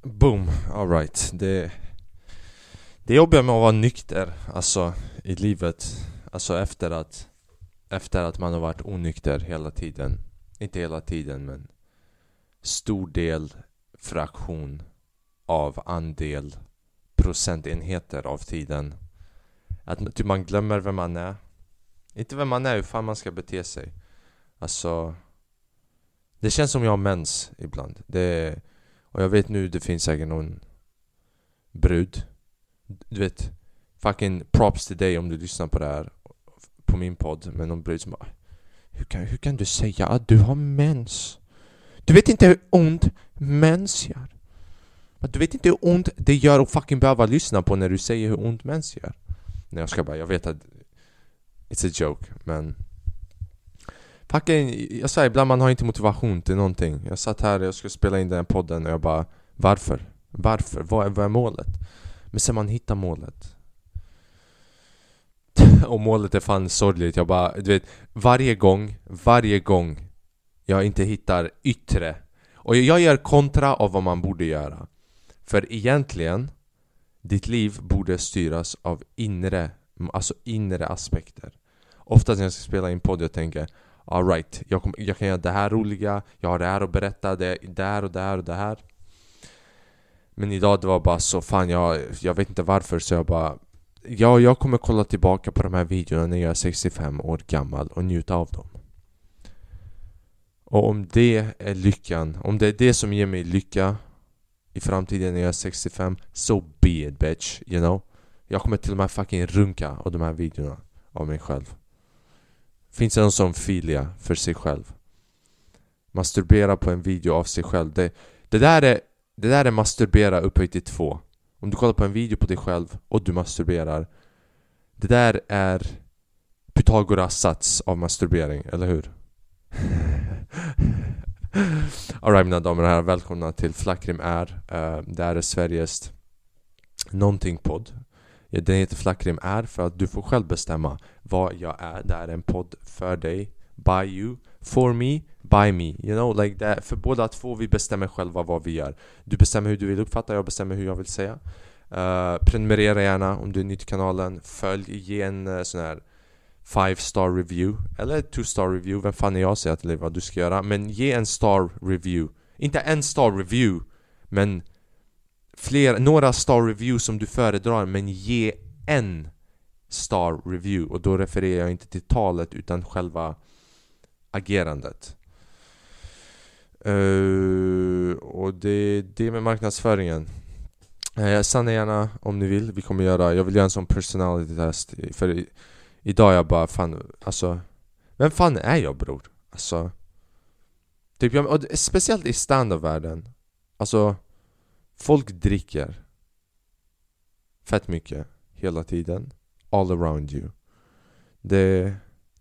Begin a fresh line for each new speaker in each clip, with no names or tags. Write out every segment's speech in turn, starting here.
Boom, alright. Det jobbiga med att vara nykter, alltså i livet, alltså efter att man har varit onykter hela tiden. Inte hela tiden, men stor del, fraktion av andel, procentenheter av tiden. Att typ man glömmer vem man är. Inte vem man är, hur fan man ska bete sig. Alltså, det känns som jag har mens ibland. Och jag vet nu, det finns säkert någon brud. Du vet, fucking props till dig om du lyssnar på det här, på min podd, med någon brud som bara, hur kan du säga att du har mens? Du vet inte hur ont mens gör. Du vet inte hur ont det gör att fucking behöva lyssna på när du säger hur ont mens gör. Nej, jag vet att it's a joke, men fucking, jag säger ibland man har inte motivation till någonting. Jag satt här och jag skulle spela in den podden och jag bara, varför? Vad är målet? Men sen man hittar målet och målet är fan sorgligt. Jag bara, du vet, varje gång jag inte hittar yttre, och jag gör kontra av vad man borde göra. För egentligen, ditt liv borde styras av inre aspekter. Ofta när jag ska spela in podd, jag tänker, all right, jag kan göra det här roliga, jag har det här att berätta, det där och där och det här. Men idag det var bara så, fan jag vet inte varför, så jag bara, jag kommer kolla tillbaka på de här videorna när jag är 65 år gammal och njuta av dem. Och om det är lyckan, om det är det som ger mig lycka i framtiden när jag är 65, so be it, bitch, you know. Jag kommer till och med fucking runka av de här videorna av mig själv. Finns det någon som filia för sig själv? Masturbera på en video av sig själv. Det där är masturbera upphöjt till 2. Om du kollar på en video på dig själv och du masturberar, det där är Pythagoras sats av masturbering, eller hur? Alright, mina damer och herrar, välkomna till Flackrim är. Det här är Sveriges någonting podd. Den heter Flackrim är för att du får själv bestämma vad jag är. Det är en podd för dig, by you, for me, by me, you know, like that. För båda två, vi bestämmer själva vad vi gör. Du bestämmer hur du vill uppfatta, jag bestämmer hur jag vill säga. Prenumerera gärna om du är ny till kanalen. Följ, ge en sån här 5-star review eller 2-star review, vem fan är jag säger till vad du ska göra. Men ge en star review. Inte en star review, men några star review som du föredrar, men ge en star review. Och då refererar jag inte till talet utan själva agerandet. Och det med marknadsföringen. Sanna gärna om ni vill. Jag vill göra en sån personality test. För idag är jag bara, fan, alltså, vem fan är jag, bror? Alltså, typ och speciellt i standardvärlden. Alltså, folk dricker fett mycket hela tiden, all around you. Det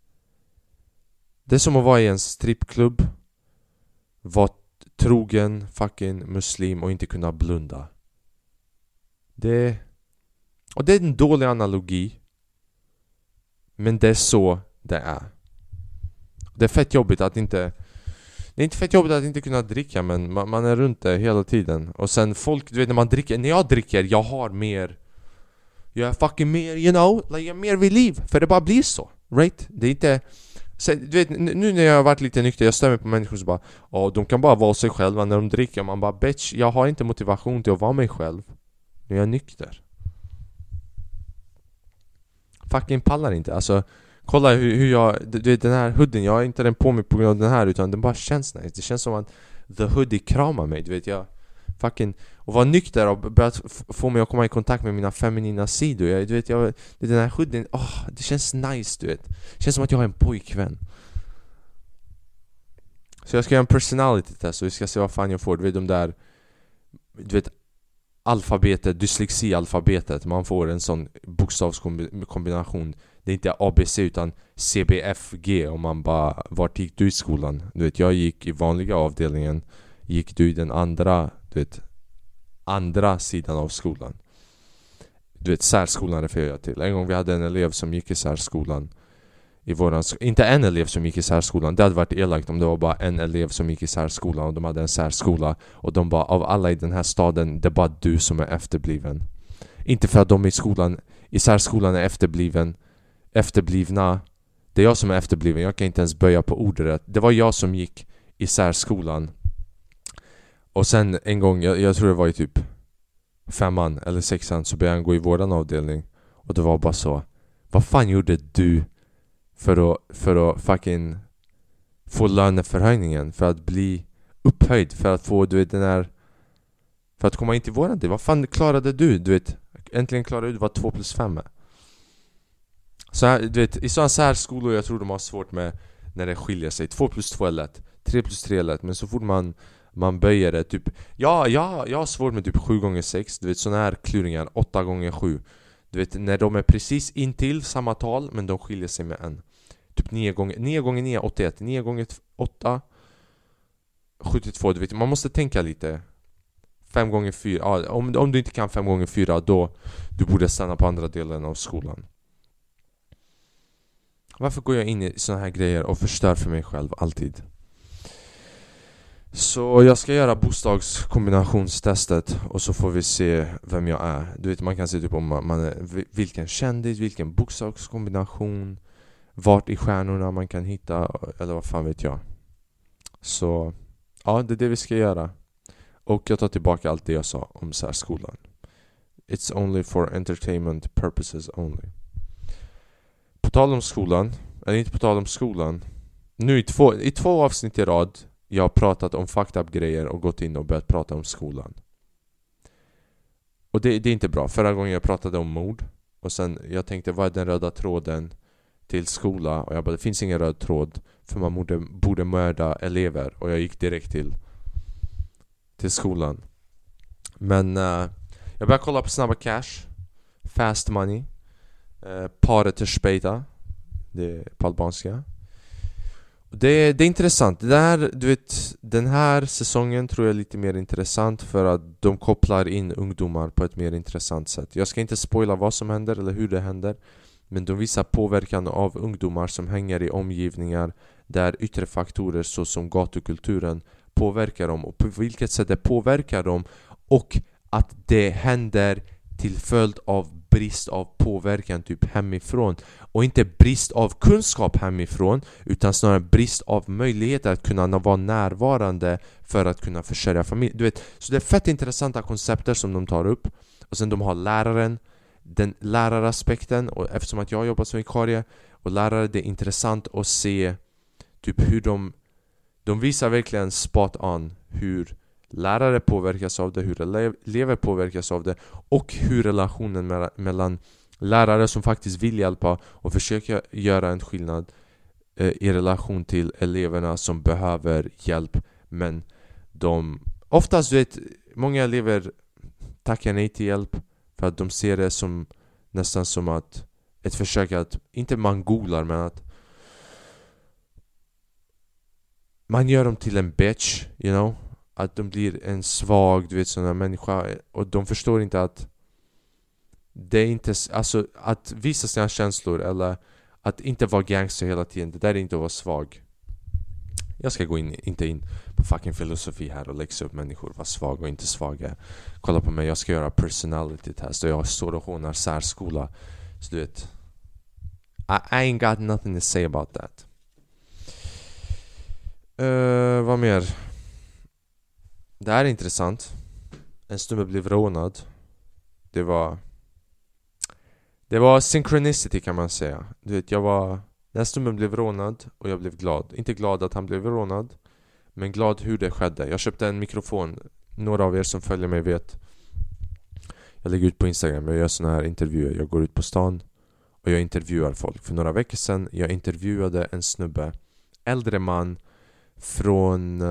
är som att vara i en strippklubb, vara trogen fucking muslim och inte kunna blunda. Det är en dålig analogi, men det är så det är. Det är fett jobbigt att inte... Det är inte fett jobbigt att inte kunna dricka, men man är runt det hela tiden. Och sen folk, du vet, när jag dricker, jag har mer... Jag är fucking mer, you know, like, jag är mer vid liv. För det bara blir så, right? Det är inte... Så, du vet, nu när jag har varit lite nykter, jag stämmer på människor som bara, de kan bara vara sig själva när de dricker. Man bara, bitch, jag har inte motivation till att vara mig själv när jag är nykter. Fucking pallar inte, alltså. Kolla hur jag, du vet, den här hoodien, jag har inte den på mig på grund av den här, utan den bara känns nice. Det känns som att the hoodie kramar mig, du vet, jag fucking, och var nykter och börjat få mig att komma i kontakt med mina feminina sidor. Du vet, den här hoodien, det känns nice, du vet. Det känns som att jag har en pojkvän. Så jag ska göra en personality test och vi ska se vad fan jag får. Du vet, de där, du vet, alfabetet, dyslexi-alfabetet. Man får en sån bokstavskombination. Det är inte ABC utan CBFG. Om man bara, vart gick du i skolan? Du vet, jag gick i vanliga avdelningen. Gick du i den andra, du vet, andra sidan av skolan? Du vet, särskolan refererar jag till. En gång vi hade en elev som gick i särskolan. i våran, inte en elev som gick i särskolan. Det hade varit elakt om det var bara en elev som gick i särskolan och de hade en särskola och de bara, av alla i den här staden, det är bara du som är efterbliven. Inte för att de i särskolan är efterblivna. Det är jag som är efterbliven. Jag kan inte ens böja på ordet. Det var jag som gick i särskolan. Och sen en gång, jag tror det var i typ 5:an eller 6:an, så började han gå i vårdan avdelning. Och det var bara så, vad fan gjorde du för att fucking få löneförhöjningen, för att bli upphöjd, för att få, du vet, den här, för att komma in till våran del? Vad fan klarade du? Du vet, äntligen klarade du vad 2 + 5 är. Så här, du vet, i sådana särskolor, jag tror de har svårt med när det skiljer sig. 2 + 2 är lätt, 3 + 3 är lätt, men så fort man böjer det, typ, jag har svårt med typ 7 x 6, du vet, sådana här kluringar, 8 x 7. Du vet, när de är precis intill samma tal, men de skiljer sig med en. Typ 9 x 9 är 81, 9 x 8 72, du vet, man måste tänka lite. 5 x 4, ja, om du inte kan 5 x 4, då du borde stanna på andra delen av skolan. Varför går jag in i såna här grejer och förstör för mig själv alltid? Så jag ska göra bokstavskombinationstestet och så får vi se vem jag är. Du vet, man kan se typ om man är, vilken kändis, vilken bokstavskombination, vart i stjärnorna man kan hitta, eller vad fan vet jag. Så ja, det är det vi ska göra. Och jag tar tillbaka allt det jag sa om särskolan. It's only for entertainment purposes only. På tal om skolan, eller inte på tal om skolan. Nu i två avsnitt i rad, jag har pratat om fucked up grejer och gått in och börjat prata om skolan. Och det är inte bra. Förra gången jag pratade om mord, och sen jag tänkte, vad är den röda tråden till skola? Och jag bara, det finns ingen röd tråd, för man borde mörda elever. Och jag gick direkt till skolan. Men jag började kolla på Snabba Cash, Fast Money, Paret till Spejta, det är på albanska. Det är intressant. Det där, du vet, den här säsongen tror jag är lite mer intressant för att de kopplar in ungdomar på ett mer intressant sätt. Jag ska inte spoila vad som händer eller hur det händer, men de visar påverkan av ungdomar som hänger i omgivningar där yttre faktorer såsom gatukulturen påverkar dem, och på vilket sätt det påverkar dem, och att det händer till följd av brist av påverkan typ hemifrån, och inte brist av kunskap hemifrån, utan snarare brist av möjligheter att kunna vara närvarande för att kunna försörja familj. Du vet, så det är fett intressanta koncepter som de tar upp. Och sen de har läraren, den läraraspekten, och eftersom att jag jobbar som vikarie och lärare, det är intressant att se typ hur de visar verkligen spot on hur lärare påverkas av det, hur elever påverkas av det, och hur relationen mellan lärare som faktiskt vill hjälpa och försöka göra en skillnad i relation till eleverna som behöver hjälp, men oftast, du vet, många elever tackar nej till hjälp för att de ser det som nästan som att ett försök att, inte man golar, men att man gör dem till en bitch, you know, att de blir en svag, du vet, sån här människa, och de förstår inte att det är inte, alltså att visa sina känslor eller att inte vara gangster hela tiden, det där är inte att vara svag. Jag ska inte in på fucking filosofi här och läxa upp människor vad svag och inte svag är. Kolla på mig, jag ska göra personality test och jag står och hånar särskola, så du vet, I ain't got nothing to say about that. Vad mer? Det här är intressant. En snubbe blev rånad. Det var synchronicity, kan man säga. Du vet, den snubben blev rånad och jag blev glad. Inte glad att han blev rånad, men glad hur det skedde. Jag köpte en mikrofon. Några av er som följer mig vet, jag lägger ut på Instagram, jag gör såna här intervjuer. Jag går ut på stan och jag intervjuar folk. För några veckor sedan jag intervjuade en snubbe, äldre man från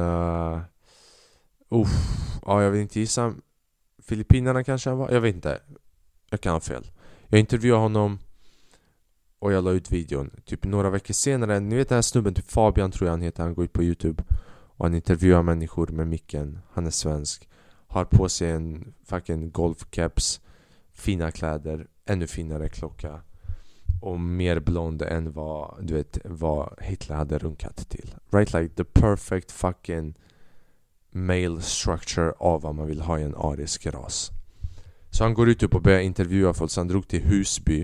jag vill inte gissa, Filippinerna kanske han var, jag vet inte, jag kan ha fel. Jag intervjuade honom och jag la ut videon. Typ några veckor senare, ni vet den här snubben, typ Fabian tror jag han heter, han går ut på YouTube och han intervjuar människor med micken. Han är svensk, har på sig en fucking golfcaps, fina kläder, ännu finare klocka, och mer blond än vad Hitler hade runkat till. Right, like the perfect fucking male structure av vad man vill ha i en arisk ras. Så han går ut och börjar intervjua folk. Så han drog till Husby.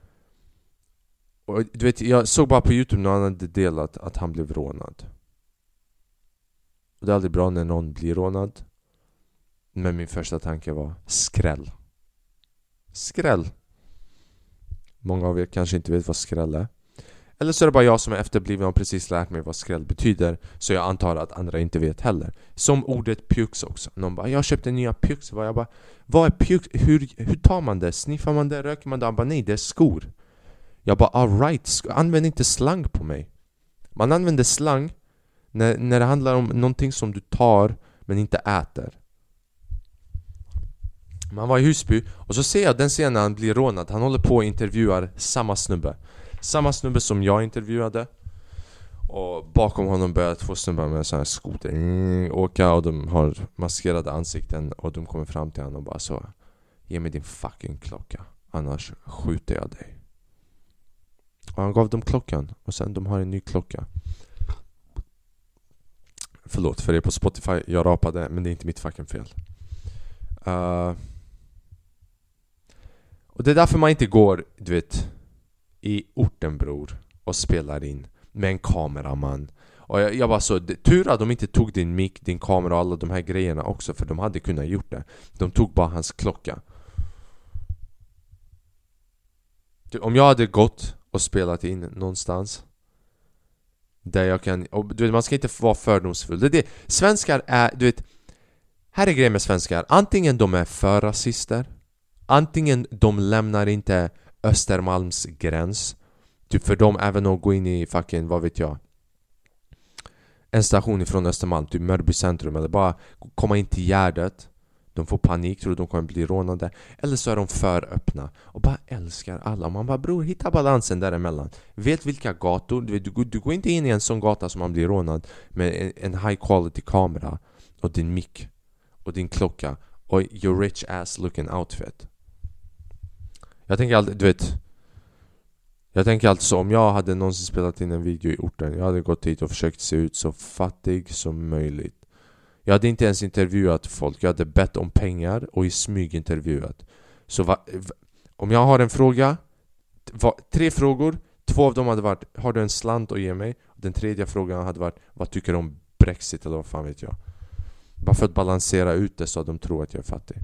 Och jag såg bara på YouTube när han hade delat att han blev rånad. Och det är aldrig bra när någon blir rånad. Men min första tanke var skräll. Skräll. Många av er kanske inte vet vad skräll är. Eller så är det bara jag som är efterbliven och precis lärt mig vad skräll betyder. Så jag antar att andra inte vet heller. Som ordet pjux också. Någon bara, jag köpte nya pjux. Jag bara, vad är pjux? Hur tar man det? Sniffar man det? Röker man det? Han bara, nej, det är skor. Jag bara, alright, använd inte slang på mig. Man använder slang när det handlar om någonting som du tar men inte äter. Man var i Husby och så ser jag den scenen när han blir rånad. Han håller på och intervjuar samma snubbe. Samma snubbe som jag intervjuade. Och bakom honom börjar två snubbar med så här skoter åka. Och de har maskerade ansikten. Och de kommer fram till honom och bara så, ge mig din fucking klocka, annars skjuter jag dig. Och han gav dem klockan. Och sen de har en ny klocka. Förlåt för er på Spotify, jag rapade. Men det är inte mitt fucking fel. Och det är därför man inte går, i orten, bror, och spelar in med en kameraman. Och jag bara så, tur att de inte tog din mic, din kamera och alla de här grejerna också, för de hade kunnat gjort det. De tog bara hans klocka. Om jag hade gått och spelat in någonstans där jag kan, och man ska inte vara fördomsfull. Det svenskar är, här är grejen med svenskar. Antingen de är för rasister, antingen de lämnar inte Östermalms gräns. Typ för dem även att gå in i fucking, vad vet jag, en station ifrån Östermalm, typ Mörby centrum, eller bara komma in till Gärdet. De får panik, tror de kommer bli rånade. Eller så är de för öppna och bara älskar alla. Man bara, bror, hitta balansen däremellan. Vet vilka gator. Du går inte in i en sån gata som man blir rånad med en high quality kamera och din mic och din klocka och your rich ass looking outfit. Jag tänker alltid, jag tänker alltid så, om jag hade någonsin spelat in en video i orten, jag hade gått dit och försökt se ut så fattig som möjligt. Jag hade inte ens intervjuat folk. Jag hade bett om pengar och i smyg intervjuat. Så om jag har en fråga, 3 frågor, 2 av dem hade varit, har du en slant att ge mig? Den tredje frågan hade varit, vad tycker du om Brexit eller vad fan vet jag? Bara för att balansera ut det så att de tror att jag är fattig.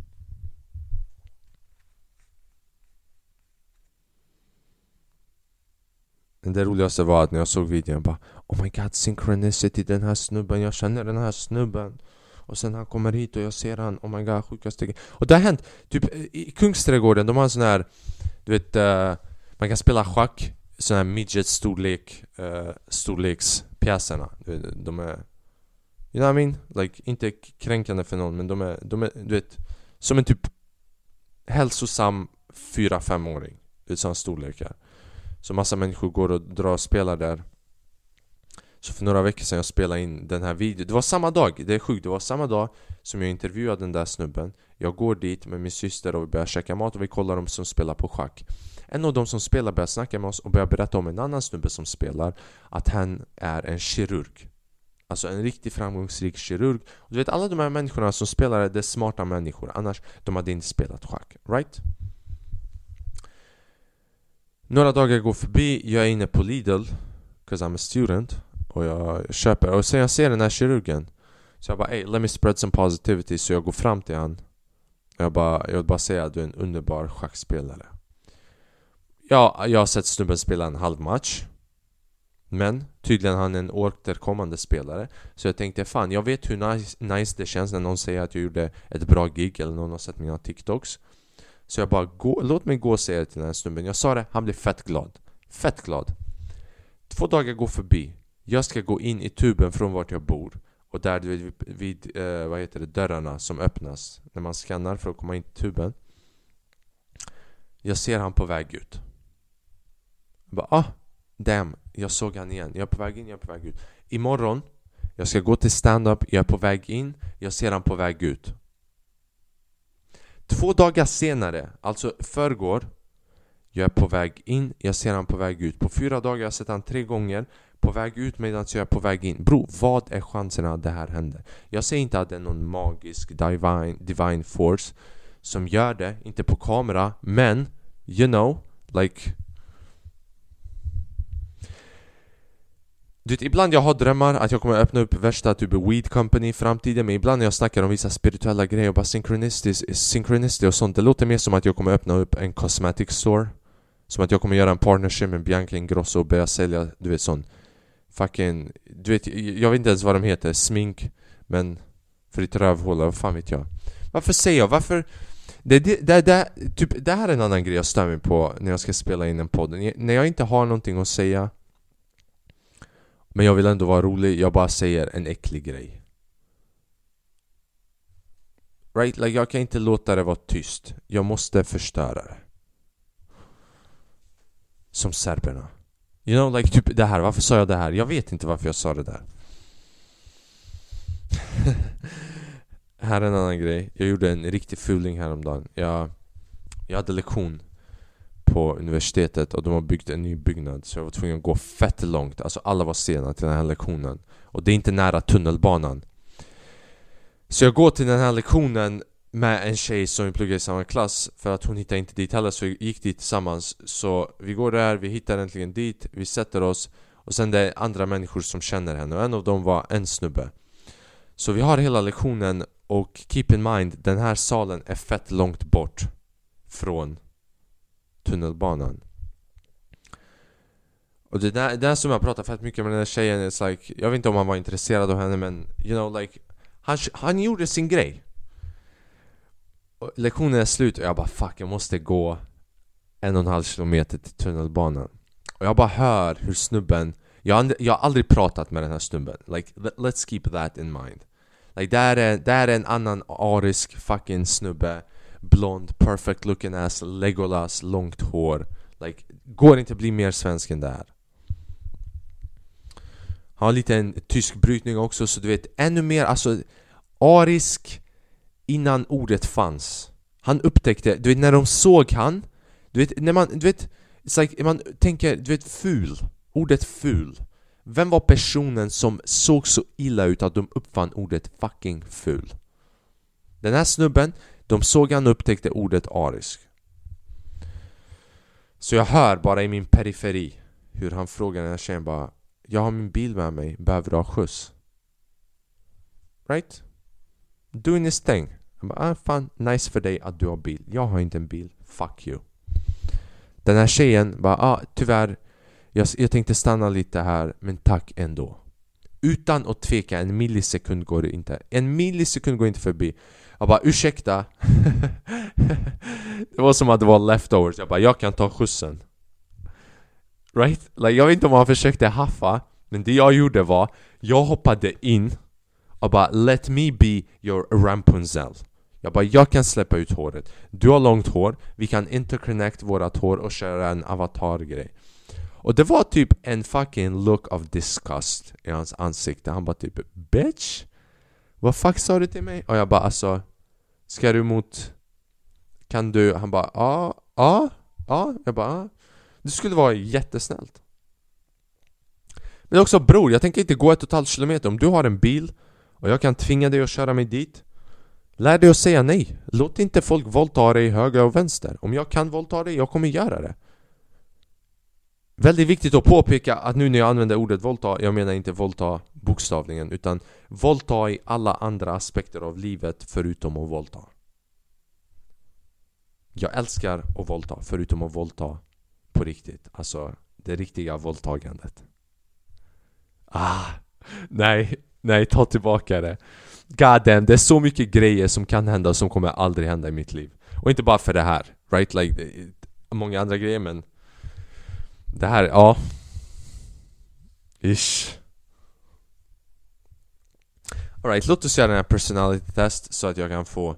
Det roligaste var att när jag såg videon, jag bara, oh my god, synchronicity, den här snubben, jag känner den här snubben. Och sen han kommer hit och jag ser han, oh my god, sjukaste. Och det har hänt, typ i Kungsträdgården, de har en sån här, man kan spela schack, sån här midget storlekspjäserna. De är, you know what I mean? Like, inte kränkande för någon, men de är som en typ hälsosam 4-5-åring. Det är sån storlekar. Så massa människor går och drar och spelar där. Så för några veckor sedan jag spelade in den här videon. Det var samma dag, det är sjukt. Det var samma dag som jag intervjuade den där snubben. Jag går dit med min syster och vi börjar käka mat och vi kollar dem som spelar på schack. En av dem som spelar börjar snacka med oss och börjar berätta om en annan snubbe som spelar. Att han är en kirurg. Alltså en riktigt framgångsrik kirurg. Och du vet, alla de här människorna som spelar, det är smarta människor. Annars, de hade inte spelat schack, right? Några dagar går förbi, jag är inne på Lidl, 'cause I'm a student, och jag köper, och sen jag ser den här kirurgen, så jag bara, hey, let me spread some positivity. Så jag går fram till han. Jag vill bara säga att du är en underbar schackspelare. Ja, jag har sett snubben spela en halv match, men tydligen han är en återkommande spelare. Så jag tänkte, fan, jag vet hur nice det känns när någon säger att jag gjorde ett bra gig, eller någon har sett mina TikToks. Så jag bara, låt mig gå och säga det till den här snubben. Jag sa det, han blev fett glad. Fett glad. 2 dagar går förbi. Jag ska gå in i tuben från vart jag bor. Och där vid dörrarna som öppnas när man skannar för att komma in till tuben. Jag ser han på väg ut. Jag bara, damn, jag såg han igen. Jag är på väg in, jag är på väg ut. Imorgon, jag ska gå till stand-up. Jag är på väg in, jag ser han på väg ut. 2 dagar senare, alltså förrgår, Jag är på väg in, jag ser han på väg ut. På 4 dagar jag har sett han 3 gånger. På väg ut medan jag är på väg in. Bro, vad är chanserna att det här händer? Jag säger inte att det är någon magisk divine force som gör det, inte på kamera, men you know, like, du vet, ibland jag har drömmar att jag kommer öppna upp värsta typ weed company i framtiden. Men ibland när jag snackar om vissa spirituella grejer och bara synchronicity och sånt, det låter mer som att jag kommer öppna upp en cosmetic store. Som att jag kommer göra en partnership med Bianca Ingrosso och börja sälja, du vet, sån fucking, du vet, jag vet inte ens vad de heter, smink, men för ditt rövhål, vad fan vet jag. Varför säger jag, varför typ, det här är en annan grej jag stör mig på när jag ska spela in en podd. När jag inte har någonting att säga, men jag vill ändå vara rolig, jag bara säger en äcklig grej. Right? Like, jag kan inte låta det vara tyst. Jag måste förstöra det. Som serberna. You know, like, typ det här. Varför sa jag det här? Jag vet inte varför jag sa det där. Här är en annan grej. Jag gjorde en riktig fuling häromdagen. Jag hade lektion på universitetet och de har byggt en ny byggnad, så jag var tvungen att gå fett långt. Alltså alla var sena till den här lektionen. Och det är inte nära tunnelbanan. Så jag går till den här lektionen med en tjej som vi pluggar i samma klass, för att hon hittade inte dit heller, så vi gick dit tillsammans. Så vi går där, vi hittar äntligen dit, vi sätter oss, och sen det är andra människor som känner henne, och en av dem var en snubbe. Så vi har hela lektionen, och keep in mind, den här salen är fett långt bort från tunnelbanan. Och det där som jag pratar fett mycket med den här tjejen, är like, jag vet inte om han var intresserad av henne, men you know, like, han gjorde sin grej. Och lektionen är slut och jag bara fuck, jag måste gå 1,5 kilometer till tunnelbanan. Och jag bara hör hur snubben, jag har aldrig pratat med den här snubben, like, let's keep that in mind. Like, där är en annan arisk fucking snubbe, blond, perfect looking ass, Legolas, långt hår. Like, går inte bli mer svensk än det här. Han har lite en tysk brytning också, så du vet, ännu mer, alltså, arisk innan ordet fanns. Han upptäckte, du vet, när de såg han, du vet, när man, du vet, it's like, man tänker, du vet, ful, ordet ful. Vem var personen som såg så illa ut att de uppfann ordet fucking ful? Den här snubben, de såg han och upptäckte ordet arisk. Så jag hör bara i min periferi hur han frågar den här tjejen bara, jag har min bil med mig, behöver du ha skjuts? Right? Doing his thing. Jag bara, fan, nice för dig att du har bil. Jag har inte en bil, fuck you. Den här tjejen bara, tyvärr, jag tänkte stanna lite här, men tack ändå. Utan att tveka, en millisekund går inte förbi. Jag bara, ursäkta. Det var som att det var leftovers. Jag bara, jag kan ta skjutsen. Right? Like, jag vet inte om han försökte haffa, men det jag gjorde var, jag hoppade in och bara, let me be your Rapunzel. Jag bara, jag kan släppa ut håret. Du har långt hår, vi kan interconnect vårat hår och köra en avatar-grej. Och det var typ en fucking look of disgust i hans ansikte. Han bara typ, bitch, vad fuck sa du till mig? Och jag bara, alltså, ska du emot, kan du? Han bara, ja. Jag bara, det skulle vara jättesnällt. Men också, bror, jag tänker inte gå 1,5 kilometer. Om du har en bil och jag kan tvinga dig att köra mig dit, lär dig att säga nej. Låt inte folk våldta dig höger och vänster. Om jag kan våldta dig, jag kommer göra det. Väldigt viktigt att påpeka att nu när jag använder ordet våldta, jag menar inte våldta bokstavligen, utan våldta i alla andra aspekter av livet förutom att våldta. Jag älskar att våldta, förutom att våldta på riktigt. Alltså, det riktiga våldtagandet. Nej, ta tillbaka det. God damn, det är så mycket grejer som kan hända som kommer aldrig hända i mitt liv. Och inte bara för det här, right? Like, många andra grejer, men det här, ja. Ish. Alright, låt oss göra den här personality test så att jag kan få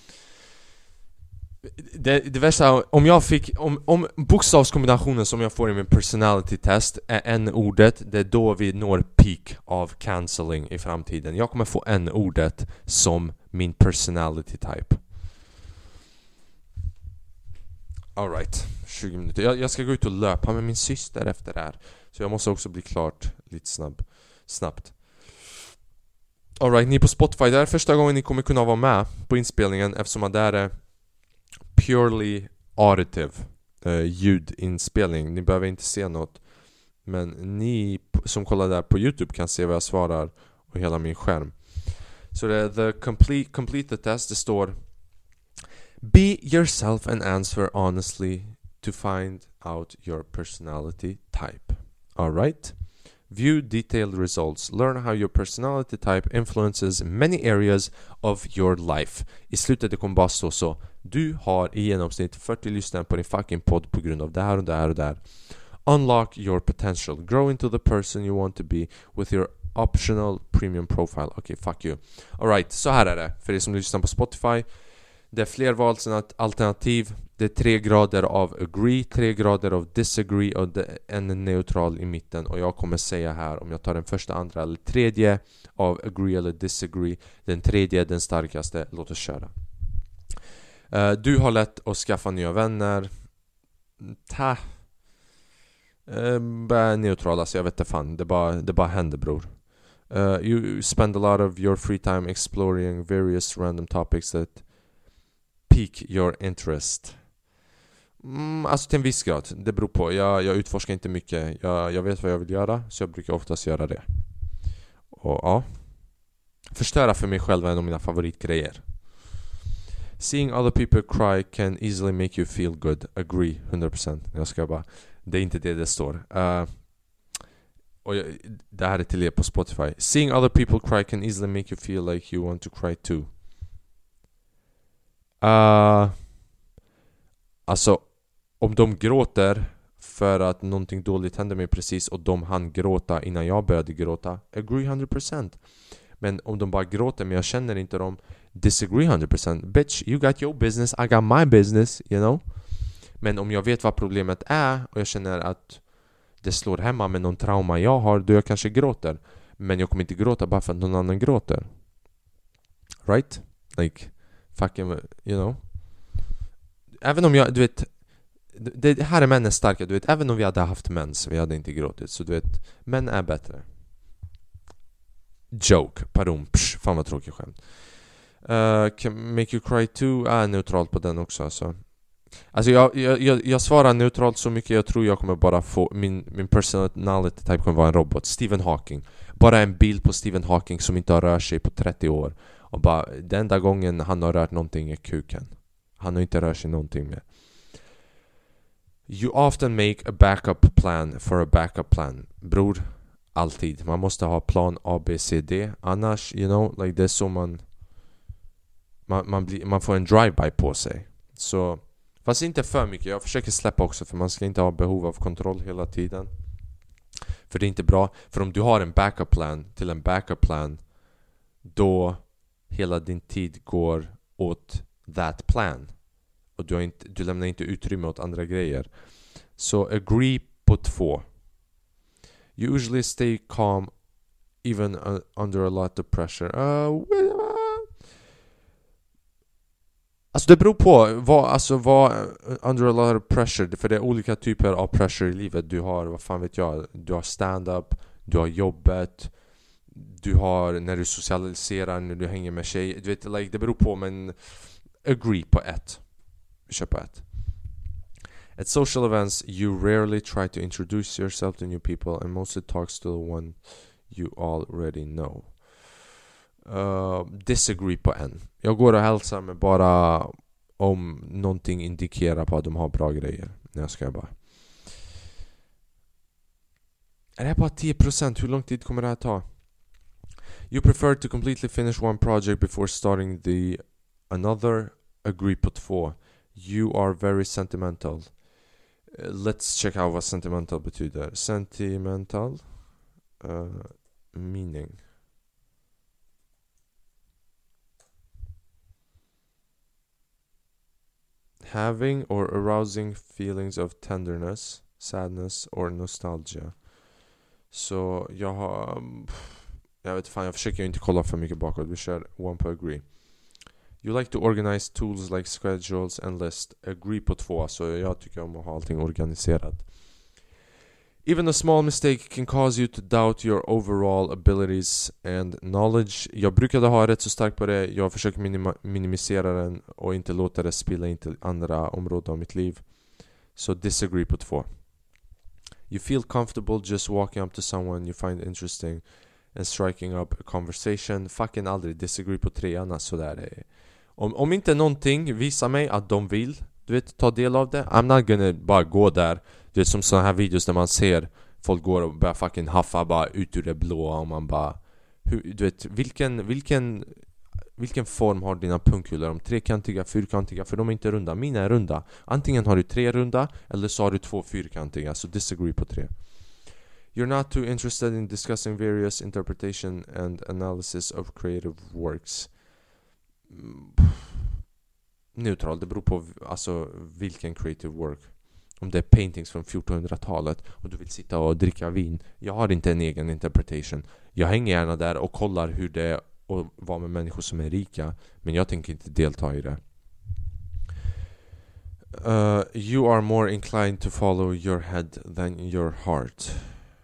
det värsta, om bokstavskombinationen som jag får i min personality test är n-ordet, det är då vi når peak av cancelling i framtiden. Jag kommer få n-ordet som min personality type. All right, 20 minuter. Jag ska gå ut och löpa med min syster efter det här. Så jag måste också bli klart lite snabbt. All right, ni på Spotify, det är första gången ni kommer kunna vara med på inspelningen, eftersom att det här är purely auditive ljudinspelning. Ni behöver inte se något. Men ni som kollar där på YouTube kan se vad jag svarar och hela min skärm. Så det är complete the test. Det står: be yourself and answer honestly to find out your personality type. All right. View detailed results. Learn how your personality type influences many areas of your life. I slutet det kommer bara stå så: du har i genomsnitt 40 lyssnare på din fucking podd på grund av det här och det här och det här. Unlock your potential. Grow into the person you want to be with your optional premium profile. Okay, fuck you. Alright, så här är det. För er som lyssnar på Spotify. Det är flervalsalternativ. Det är 3 grader av agree, 3 grader av disagree och en neutral i mitten. Och jag kommer säga här om jag tar den första, andra eller tredje av agree eller disagree. Den tredje är den starkaste. Låt oss köra. Du har lätt att skaffa nya vänner. Neutral, alltså jag vet inte fan. Det bara händer, bror. You spend a lot of your free time exploring various random topics that pique your interest. Alltså till en viss grad. Det beror på. Jag utforskar inte mycket. Jag vet vad jag vill göra, så jag brukar oftast göra det. Och ja, förstöra för mig själv är en av mina favoritgrejer. Seeing other people cry can easily make you feel good. Agree, 100%. Jag ska bara... Det är inte det står. Och det här är till er på Spotify. Seeing other people cry can easily make you feel like you want to cry too. Alltså, om de gråter för att någonting dåligt hände mig precis och de hann gråta innan jag började gråta, agree 100%. Men om de bara gråter men jag känner inte dem, disagree 100%. Bitch, you got your business, I got my business, you know. Men om jag vet vad problemet är och jag känner att det slår hemma med någon trauma jag har, då jag kanske gråter. Men jag kommer inte gråta bara för att någon annan gråter. Right? Like, fucking, you know. Även om jag, du vet, det här är männen starka, du vet. Även om vi hade haft män så vi hade inte gråtit. Så du vet, män är bättre. Joke, parum, fan vad tråkig skämt. Can make you cry too, neutralt på den också alltså. Alltså jag svarar neutralt så mycket. Jag tror jag kommer bara få min personality type kommer vara en robot. Stephen Hawking. Bara en bild på Stephen Hawking som inte har rört sig på 30 år. Och bara, den enda gången han har rört någonting är kuken. Han har inte rört sig någonting mer. You often make a backup plan for a backup plan. Bror, alltid. Man måste ha plan A, B, C, D. Annars, you know, like det är så man får en drive-by på sig. Så fast inte för mycket. Jag försöker släppa också, för man ska inte ha behov av kontroll hela tiden. För det är inte bra. För om du har en backup plan till en backup plan, då hela din tid går åt that plan. Och du lämnar inte utrymme åt andra grejer. Så agree på 2. You usually stay calm even under a lot of pressure. Alltså det beror på vad under a lot of pressure, för det är olika typer av pressure i livet. Du har, vad fan vet jag, du har stand-up, du har jobbet, du har när du socialiserar, när du hänger med tjejer, du vet, like, det beror på, men agree på 1. Vi kör på 1. At social events, you rarely try to introduce yourself to new people and mostly talks to the one you already know. Disagree på 1. Jag går och hälsar med bara om någonting indikerar på att de har bra grejer. När jag ska bara. Är det här bara 10%? Hur lång tid kommer det här ta? You prefer to completely finish one project before starting another. Agree på 2. You are very sentimental. Let's check out vad sentimental betyder. Sentimental meaning. Having or arousing feelings of tenderness, sadness or nostalgia. Så jag vet fan, jag försöker inte kolla för mycket bakåt. Vi kör 1 på agree. You like to organize tools like schedules and lists. Agree på 2. Så jag tycker om att ha allting organiserat. Even a small mistake can cause you to doubt your overall abilities and knowledge. Jag brukade ha rätt så starkt på det. Jag försöker minimisera den och inte låta det spilla in till andra områden av mitt liv. Så disagree på 2. You feel comfortable just walking up to someone you find interesting and striking up a conversation. Fucking aldrig disagree på 3. Annars sådär. Om inte någonting visar mig att de vill, du vet, ta del av det, I'm not gonna bara gå där. Det är som såna här videos där man ser folk går och börjar fucking haffa bara ut ur det blåa och man bara du vet, vilken form har dina punkkulor? De trekantiga, fyrkantiga, för de är inte runda. Mina är runda. Antingen har du 3 runda eller så har du 2 fyrkantiga. Så disagree på 3. You're not too interested in discussing various interpretation and analysis of creative works. Neutral, det beror på alltså vilken creative work. Om det är paintings från 1400-talet och du vill sitta och dricka vin. Jag har inte en egen interpretation. Jag hänger gärna där och kollar hur det är att vara med människor som är rika. Men jag tänker inte delta i det. You are more inclined to follow your head than your heart.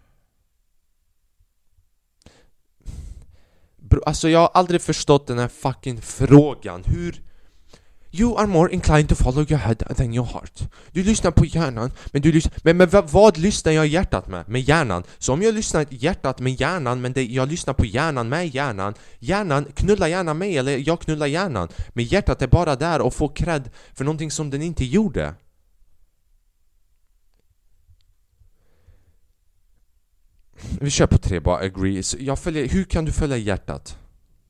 Alltså jag har aldrig förstått den här fucking frågan. Hur? You are more inclined to follow your head than your heart. Du lyssnar på hjärnan, men du lyssnar... Men vad lyssnar jag hjärtat med? Med hjärnan. Så om jag lyssnar hjärtat med hjärnan, men jag lyssnar på hjärnan med hjärnan. Hjärnan knullar gärna mig, eller jag knullar hjärnan. Men hjärtat är bara där och får cred för någonting som den inte gjorde. Vi kör på 3 bara, agree. Hur kan du följa hjärtat?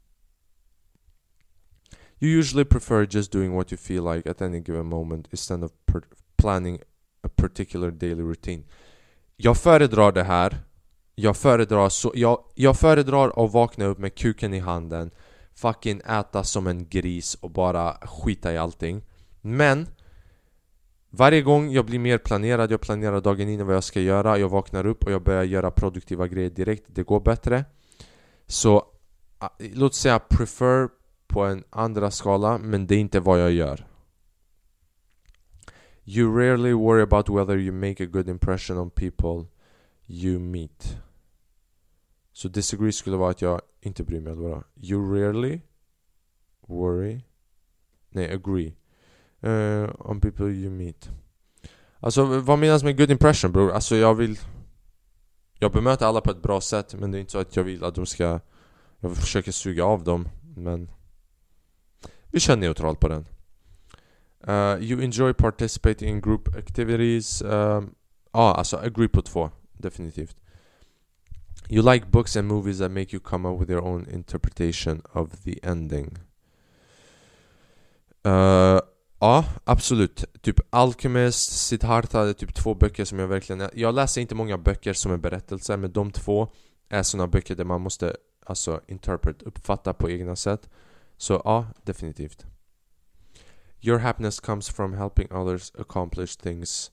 You usually prefer just doing what you feel like at any given moment instead of planning a particular daily routine. Jag föredrar det här. Jag föredrar att vakna upp med kuken i handen, fucking äta som en gris och bara skita i allting. Men varje gång jag blir mer planerad, jag planerar dagen innan vad jag ska göra, jag vaknar upp och jag börjar göra produktiva grejer direkt, det går bättre. Så låt säga prefer på en andra skala, men det är inte vad jag gör. You rarely worry about whether you make a good impression on people you meet. Så disagree skulle vara att jag inte bryr mig, eller vad? You rarely worry, agree on people you meet. Alltså vad menas med good impression, bror? Alltså jag bemöter alla på ett bra sätt, men det är inte så att jag vill att de ska... Jag försöker suga av dem, men vi kör neutralt på den. You enjoy participating in group activities. Alltså agree på 2, definitivt. You like books and movies that make you come up with your own interpretation of the ending. Ja, absolut. Typ Alchemist, Siddhartha, det är typ 2 böcker som jag verkligen... Jag läser inte många böcker som är berättelser, men de 2 är såna böcker där man måste uppfatta på egna sätt. Så ja, definitivt. Your happiness comes from helping others accomplish things.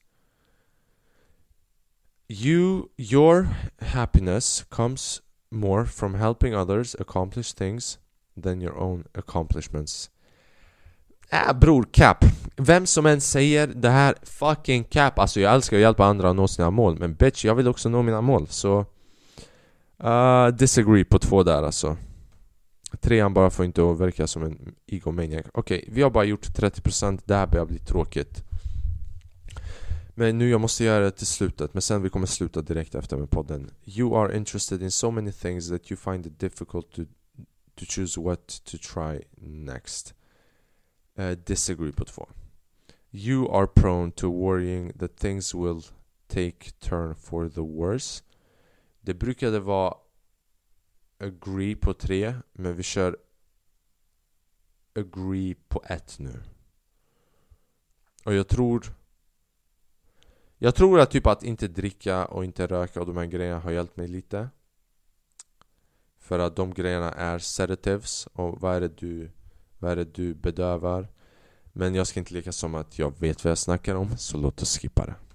Your happiness comes more from helping others accomplish things than your own accomplishments. Bror, cap. Vem som än säger det här, fucking cap. Alltså jag älskar att hjälpa andra att nå sina mål, men bitch, jag vill också nå mina mål. Så disagree på 2 där alltså. 3 bara får inte att verka som en egomaniac. Okej, vi har bara gjort 30%. Det här börjar bli tråkigt. Men nu jag måste göra det till slutet. Men sen vi kommer sluta direkt efter med podden. You are interested in so many things that you find it difficult to choose what to try next. Disagree på 2. You are prone to worrying that things will take turn for the worse. Det brukade vara agree på 3, men vi kör agree på 1 nu. Och jag tror att typ att inte dricka och inte röka och de här grejerna har hjälpt mig lite. För att de grejerna är sedatives. Och vad är det du bedövar? Men jag ska inte leka som att jag vet vad jag snackar om, så låt oss skippa det.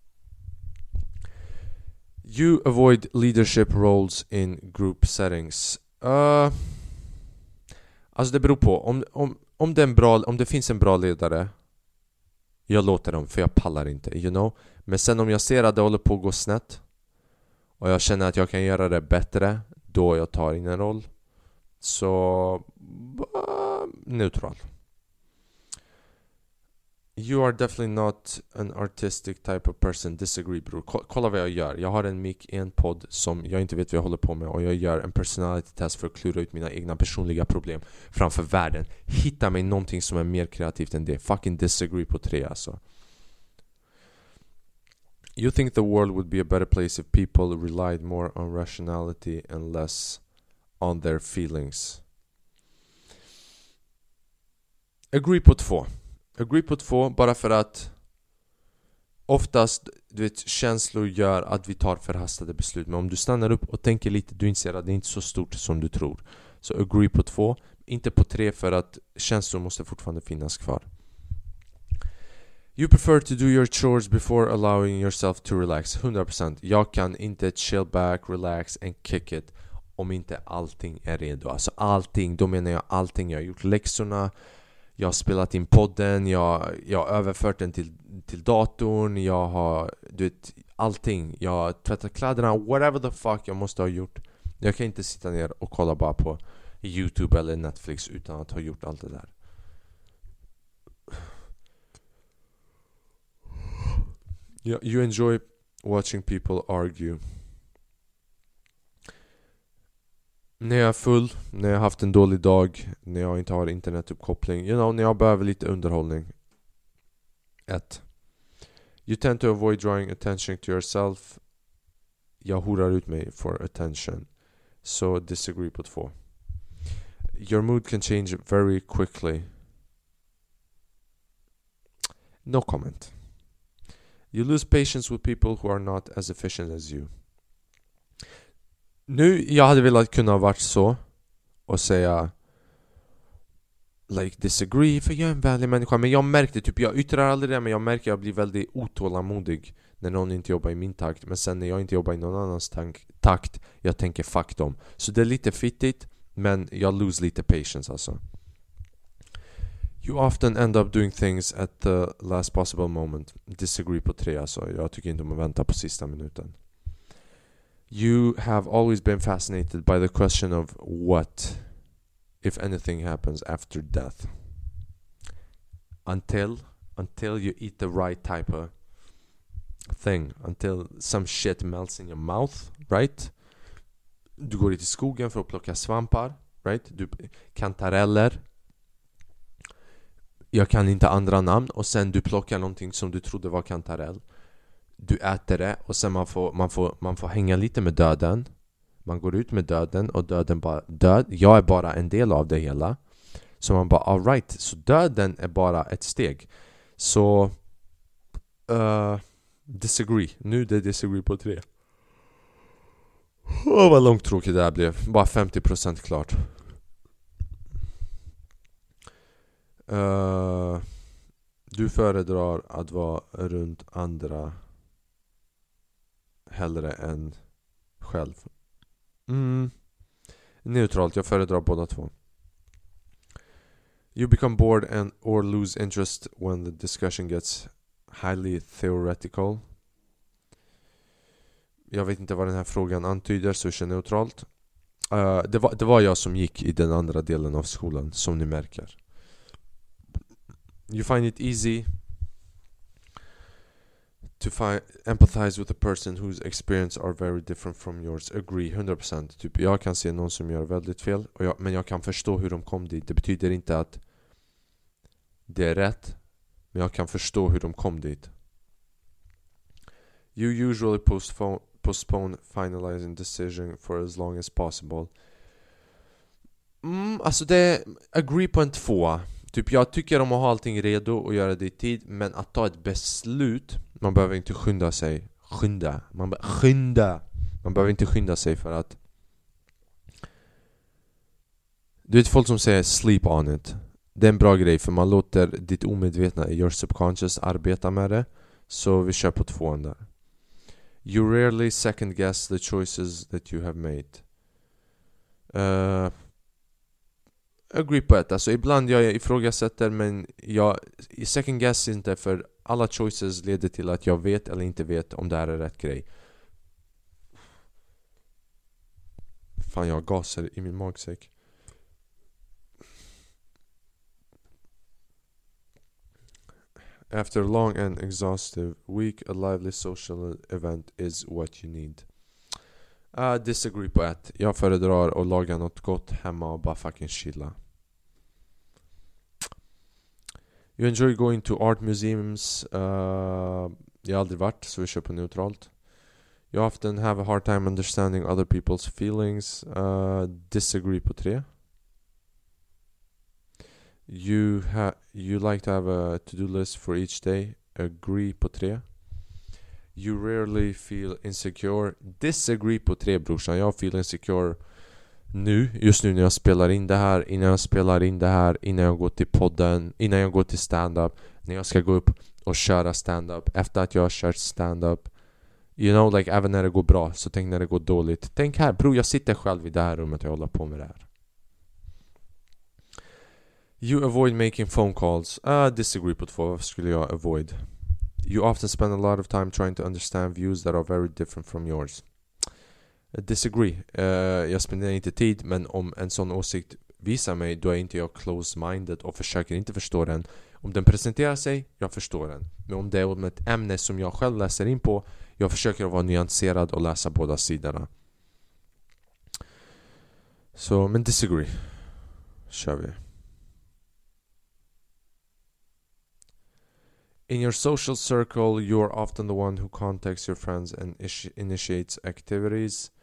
You avoid leadership roles in group settings. Alltså det beror på. om det finns en bra ledare, jag låter dem, för jag pallar inte, you know. Men sen om jag ser att det håller på att gå snett och jag känner att jag kan göra det bättre, då jag tar in en roll. Så neutral. You are definitely not an artistic type of person. Disagree, bror. Kolla vad jag gör. Jag har en mic i en podd som jag inte vet vad jag håller på med, och jag gör en personality test för att klura ut mina egna personliga problem framför världen. Hitta mig någonting som är mer kreativt än det. Fucking disagree på 3 alltså. You think the world would be a better place if people relied more on rationality and less on their feelings? Agree på 2. Agree på 2, bara för att oftast, du vet, känslor gör att vi tar förhastade beslut. Men om du stannar upp och tänker lite, du inser att det inte är så stort som du tror. Så agree på 2, inte på 3, för att känslor måste fortfarande finnas kvar. You prefer to do your chores before allowing yourself to relax. 100%. Jag kan inte chill back, relax and kick it om inte allting är redo. Alltså allting, då menar jag allting. Jag har gjort läxorna, jag har spelat in podden, jag har överfört den till datorn, jag har, du vet, allting. Jag har tvättat kläderna, whatever the fuck jag måste ha gjort. Jag kan inte sitta ner och kolla bara på YouTube eller Netflix utan att ha gjort allt det där. You enjoy watching people argue. När jag är full, när jag har haft en dålig dag, när jag inte har internetuppkoppling, you know, när jag behöver lite underhållning. 1. You tend to avoid drawing attention to yourself. Jag horar ut mig for attention. So disagree på 2. Your mood can change very quickly. No comment. You lose patience with people who are not as efficient as you. Nu, jag hade velat kunna varit så och säga like disagree, för jag är en vänlig människa. Men jag märkte, typ, jag yttrar aldrig det, men jag märker att jag blir väldigt otålamodig när någon inte jobbar i min takt. Men sen när jag inte jobbar i någon annans takt, jag tänker fuck dem. Så det är lite fittigt, men jag lose lite patience alltså. You often end up doing things at the last possible moment. Disagree på 3 alltså. Jag tycker inte om att vänta på sista minuten. You have always been fascinated by the question of what, if anything, happens after death. Until you eat the right type of thing. Until some shit melts in your mouth, right? Du går ut i skogen för att plocka svampar, right? Kantareller. Jag kan inte andra namn. Och sen du plockar någonting som du trodde var kantarell. Du äter det och sen man får hänga lite med döden. Man går ut med döden och döden bara död. Jag är bara en del av det hela. Så man bara all right. Så döden är bara ett steg. Så disagree. Nu det är disagree på 3. Vad långtråkigt det här blev. Bara 50% klart. Du föredrar att vara runt andra hellre än själv. Neutralt, jag föredrar båda 2. You become bored and or lose interest when the discussion gets highly theoretical. Jag vet inte vad den här frågan antyder, så jag känner neutralt. Det var jag som gick i den andra delen av skolan, som ni märker. You find it easy to empathize with a person whose experience are very different from yours. Agree, 100%. Typ, jag kan se någon som gör väldigt fel, men jag kan förstå hur de kom dit. Det betyder inte att det är rätt, men jag kan förstå hur de kom dit. You usually postpone finalizing decision for as long as possible. Alltså det agree på en 2. Typ, jag tycker om att ha allting redo och göra det i tid, men att ta ett beslut, man behöver inte skynda sig. Man behöver inte skynda sig, för att du vet folk som säger sleep on it. Det är en bra grej, för man låter ditt omedvetna, your subconscious, arbeta med det. Så vi kör på 2 där. You rarely second guess the choices that you have made. agree på ett. Alltså ibland jag ifrågasätter, men jag second guess inte, för alla choices leder till att jag vet eller inte vet om det här är rätt grej. Fan, jag har gaser i min magsäck. After a long and exhaustive week, a lively social event is what you need. Disagree på ett. Jag föredrar att laga något gott hemma och bara fucking chilla. You enjoy going to art museums. Jag har aldrig varit, så vi kör på neutralt. You often have a hard time understanding other people's feelings. Disagree på 3. You like to have a to-do list for each day. Agree på 3. You rarely feel insecure. Disagree på 3, brorsan. Jag feel insecure just nu när jag spelar in det här, innan jag spelar in det här, innan jag går till podden, innan jag går till stand-up, när jag ska gå upp och köra stand-up, efter att jag har kört stand-up. You know, like, även när det går bra, så tänk när det går dåligt. Tänk här, bro, jag sitter själv i det här rummet och jag håller på med det här. You avoid making phone calls. Disagree på 2. Vad skulle jag avoid? You often spend a lot of time trying to understand views that are very different from yours. Disagree. Jag spenderar inte tid, men om en sån åsikt visar mig, då är inte jag close-minded och försöker inte förstå den. Om den presenterar sig, jag förstår den. Men om det är om ett ämne som jag själv läser in på, jag försöker att vara nyanserad och läsa båda sidorna. Så, men disagree. Kör vi. In your social circle, you are often the one who contacts your friends and initiates activities.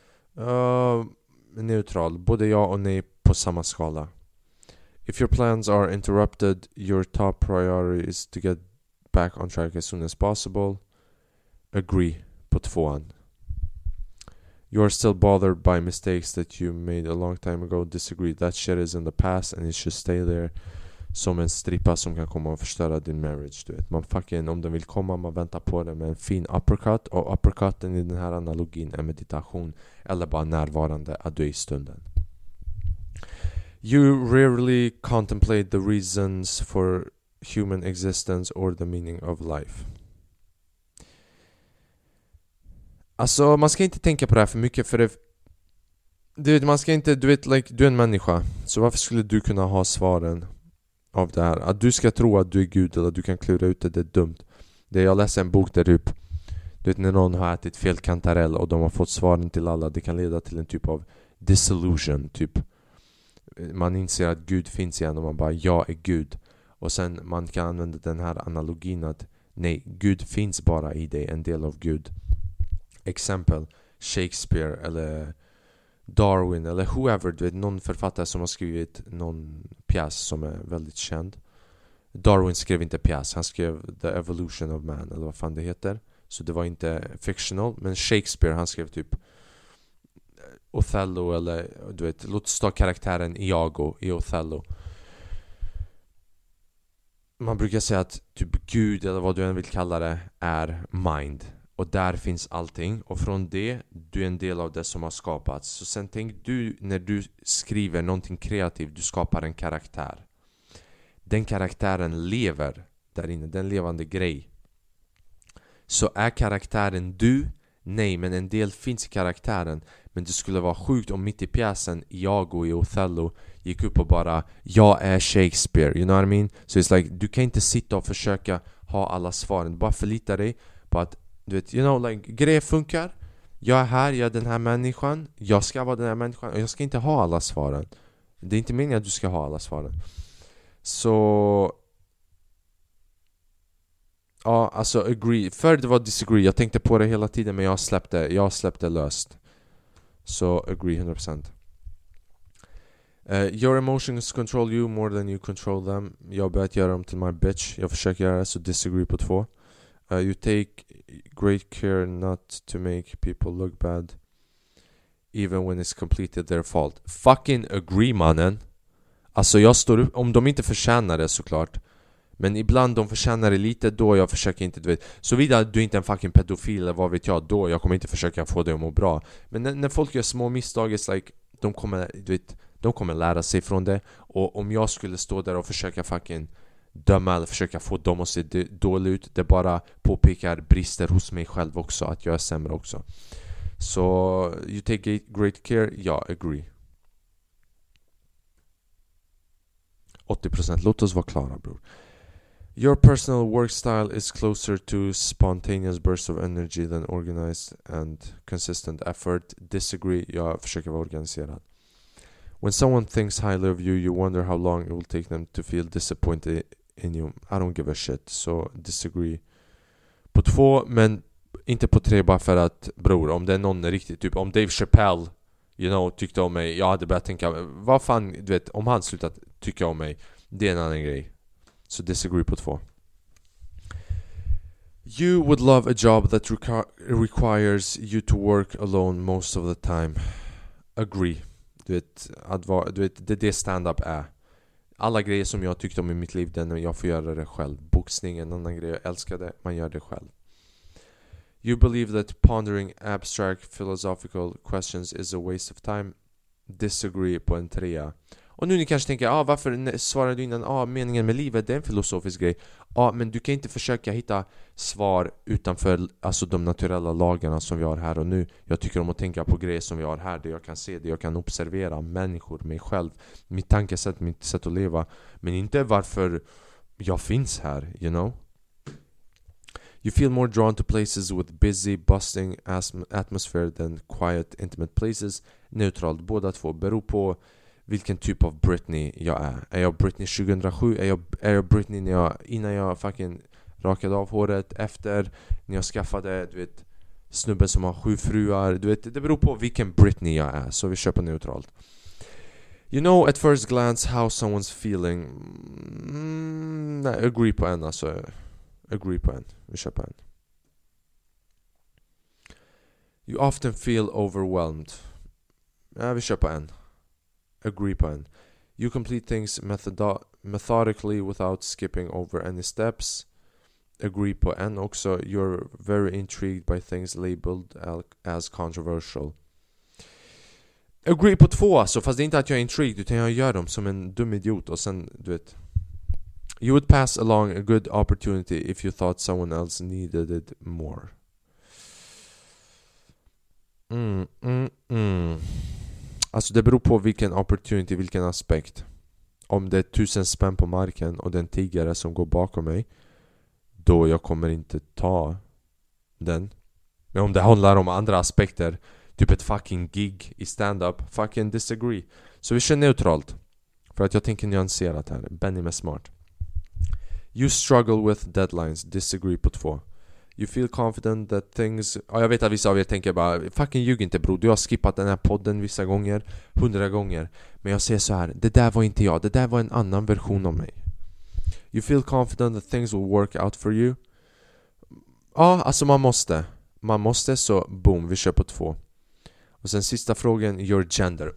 Neutral. Både ja och nej på samma skala. If your plans are interrupted, your top priority is to get back on track as soon as possible. Agree på 2. You are still bothered by mistakes that you made a long time ago. Disagree. That shit is in the past and it should stay there. Som en strippa som kan komma och förstöra din marriage, du vet. Man fucking, om den vill komma, man väntar på det med en fin uppercut. Och uppercutten i den här analogin är meditation, eller bara närvarande, att du är i stunden. You rarely contemplate the reasons for human existence or the meaning of life. Alltså, man ska inte tänka på det här för mycket, för det, du vet, man ska inte, du vet, like, du är en människa, så varför skulle du kunna ha svaren av det här? Att du ska tro att du är Gud eller att du kan klura ut det är dumt. Jag läser en bok där typ, du vet, när någon har ätit fel kantarell och de har fått svaren till alla, det kan leda till en typ av disillusion, typ. Man inser att Gud finns igen och man bara, jag är Gud. Och sen man kan använda den här analogin att nej, Gud finns bara i dig, en del av Gud. Exempel, Shakespeare eller Darwin eller whoever, du vet, någon författare som har skrivit någon pjäs som är väldigt känd. Darwin skrev inte pjäs, han skrev The Evolution of Man, eller vad fan det heter. Så det var inte fictional, men Shakespeare, han skrev typ Othello, eller du vet, låt oss ta karaktären Iago i Othello. Man brukar säga att typ Gud, eller vad du än vill kalla det, är mind. Och där finns allting. Och från det, du är en del av det som har skapats. Så sen tänk du, när du skriver någonting kreativt, du skapar en karaktär. Den karaktären lever där inne, den levande grej. Så är karaktären du? Nej, men en del finns i karaktären. Men det skulle vara sjukt om mitt i pjäsen Iago i Othello gick upp och bara, jag är Shakespeare, you know what I mean? Så it's like, du kan inte sitta och försöka ha alla svaren. Bara förlita dig på att, du vet, you know, like, grejer funkar. Jag är här, jag är den här människan. Jag ska vara den här människan. Och jag ska inte ha alla svaren. Det är inte meningen att du ska ha alla svaren. Så ja, alltså agree. För det var disagree. Jag tänkte på det hela tiden, men jag släppte löst. Så agree 100%. Your emotions control you more than you control them. Jag har börjat göra dem till my bitch. Jag försöker göra det, så disagree på 2. You take great care not to make people look bad even when it's completely their fault. Fucking agree, mannen. Alltså jag står upp, om de inte förtjänar det såklart. Men ibland de förtjänar det lite, då jag försöker inte, du vet. Såvida du inte är en fucking pedofil eller vad vet jag, då jag kommer inte försöka få dig att må bra. Men när folk gör små misstag, it's like, de De kommer lära sig från det. Och om jag skulle stå där och försöka fucking döma eller försöka få dem att se dåligt ut, det bara påpekar brister hos mig själv också, att jag är sämre också. Så you take great care, ja, agree. 80%, låt oss vara klara, bror. Your personal work style is closer to spontaneous bursts of energy than organized and consistent effort. Disagree, jag försöker vara organiserad. When someone thinks highly of you, you wonder how long it will take them to feel disappointed in you. I don't give a shit, so disagree. På 2, men inte på 3, bara för att, bror, om det är någon riktigt, typ om Dave Chappelle, you know, tyckte om mig, jag hade börjat tänka, vad fan, du vet, om han slutat tycka om mig, det är en annan grej. Så disagree på 2. You would love a job that requires you to work alone most of the time. Agree. Du vet, det är det stand-up är. Alla grejer som jag tyckte om i mitt liv, den jag får göra det själv. Boxning är en annan grej, jag älskar det, man gör det själv. You believe that pondering abstract philosophical questions is a waste of time. Disagree på en 3. Och nu ni kanske tänker, varför svarar du innan? Meningen med livet, det är en filosofisk grej. Men du kan inte försöka hitta svar utanför alltså de naturella lagarna som vi har här och nu. Jag tycker om att tänka på grejer som vi har här, det jag kan se, det jag kan observera, människor, mig själv, mitt tankesätt, mitt sätt att leva. Men inte varför jag finns här, you know? You feel more drawn to places with busy, bustling atmosphere than quiet, intimate places. Neutralt, båda två. Beror på vilken typ av Britney jag är. Är jag Britney 2007? Är jag Britney innan jag fucking rakade av håret? Efter när jag skaffade, du vet, snubben som har 7 fruar? Du vet, det beror på vilken Britney jag är. Så vi köper neutralt. You know at first glance how someone's feeling. Nej, agree på en alltså. Agree på en. Vi köper en. You often feel overwhelmed. Ja, vi köper en. Agree på en. You complete things methodically without skipping over any steps. Agree på en också. You're very intrigued by things labeled as controversial. Agree på 2 alltså. Fast det är inte att jag är intrigued, utan jag gör dem som en dum idiot. Och sen, du vet, you would pass along a good opportunity if you thought someone else needed it more. Alltså det beror på vilken opportunity, vilken aspekt. Om det är 1000 spänn på marken och den tiggare som går bakom mig, då jag kommer inte ta den. Men om det handlar om andra aspekter, typ ett fucking gig i stand-up, fucking disagree. Så vi kör neutralt. För att jag tänker nyanserat här. Benny med smart. You struggle with deadlines. Disagree på 2. You feel confident that things... jag vet att vissa av er tänker bara, fucking ljug inte, bro. Du har skippat den här podden vissa gånger, 100 gånger. Men jag säger så här, det där var inte jag. Det där var en annan version av mig. You feel confident that things will work out for you. Alltså man måste, så boom, vi kör på 2. Och sen sista frågan, your gender.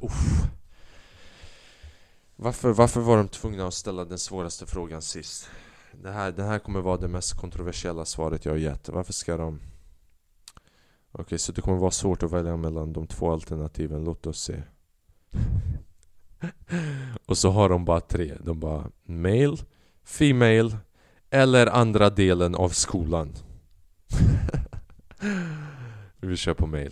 Varför var de tvungna att ställa den svåraste frågan sist? Den här kommer vara det mest kontroversiella svaret jag har gett. Varför ska de... Okej, så det kommer vara svårt att välja mellan de 2 alternativen. Låt oss se. Och så har de bara 3. De bara male, female eller andra delen av skolan. Vi kör på male.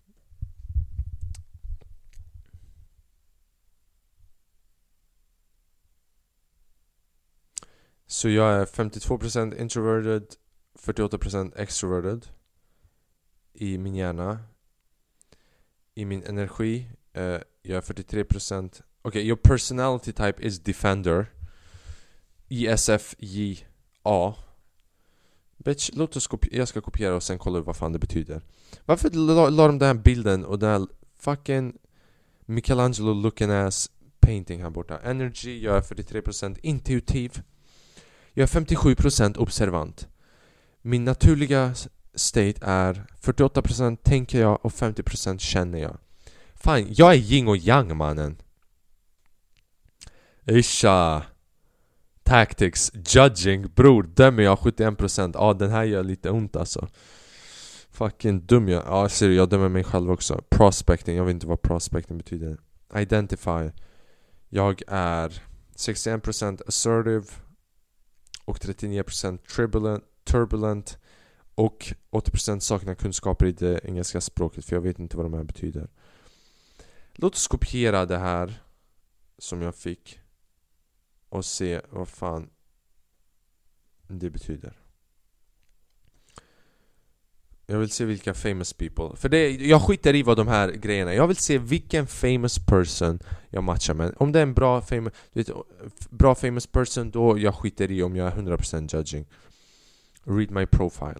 Så jag är 52% introverted, 48% extroverted i min hjärna. I min energi, jag är 43%. Okej, your personality type is defender. ISFJA. Bitch, låt oss jag ska kopiera och sen kolla vad fan det betyder. Varför la de den här bilden och den här fucking Michelangelo looking ass painting här borta? Energy, jag är 43% intuitiv. Jag är 57% observant. Min naturliga state är 48% tänker jag och 50% känner jag. Fan, jag är yin och yang, mannen. Isha. Tactics, judging, bror, dömer jag 71%. Den här gör lite ont alltså. Fucking dum jag. Ser jag dömer mig själv också. Prospecting, jag vet inte vad prospecting betyder. Identify. Jag är 61% assertive och 39% turbulent och 80% saknar kunskaper i det engelska språket, för jag vet inte vad de här betyder. Låt oss kopiera det här som jag fick och se vad fan det betyder. Jag vill se vilka famous people. För jag skiter i vad de här grejerna. Jag vill se vilken famous person jag matchar med. Om det är en bra famous person, då jag skiter i om jag är 100% judging. Read my profile.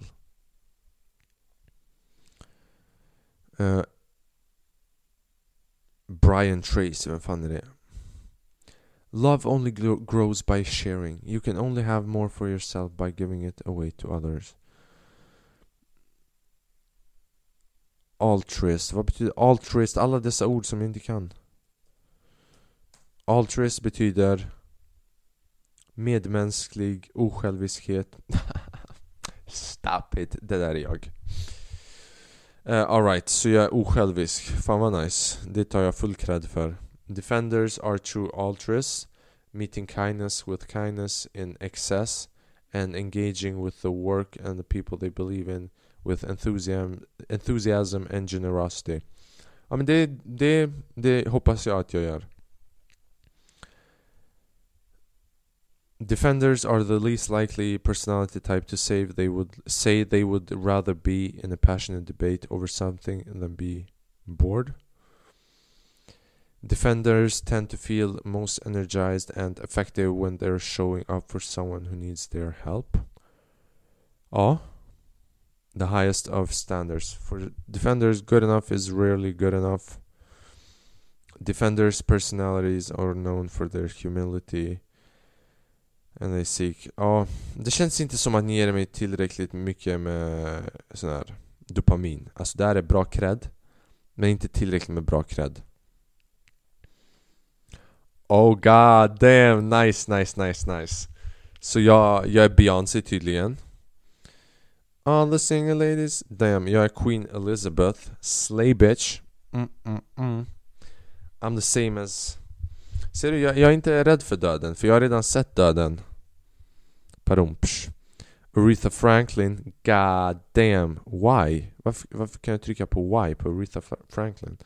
Brian Tracy, vem fan är det? Love only grows by sharing. You can only have more for yourself by giving it away to others. Altruist, vad betyder altruist? Alla dessa ord som jag inte kan. Altruist betyder medmänsklig osjälviskhet. Stop it, det där är jag. Alright, så jag är osjälvisk. Fan vad nice. Det tar jag full cred för. Defenders are true altruists, meeting kindness with kindness in excess and engaging with the work and the people they believe in with enthusiasm and generosity. Ja, men det hoppas jag att jag gör. Defenders are the least likely personality type to say they would rather be in a passionate debate over something than be bored. Defenders tend to feel most energized and effective when they're showing up for someone who needs their help. Ja. The highest of standards. For defenders, good enough is rarely good enough. Defenders' personalities are known for their humility and they seek. Ja, det känns inte som att ni ger mig tillräckligt mycket med sån här dopamin. Alltså det här är bra cred, men inte tillräckligt med bra cred. Oh god damn, nice. Så jag är Beyoncé tydligen. All the single ladies. Damn, jag är Queen Elizabeth. Slay bitch. I'm the same as. Ser du, jag är inte rädd för döden, för jag har redan sett döden. Parumpsch. Aretha Franklin. God damn. Why? Varför kan jag trycka på why på Aretha Franklin?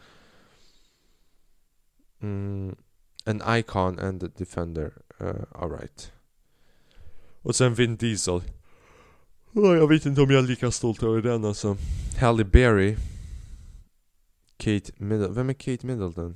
An icon and a defender. Alright. Och sen Vin Diesel. Jag vet inte om jag är lika stolt över den alltså. Halle Berry. Kate Middleton. Vem är Kate Middleton?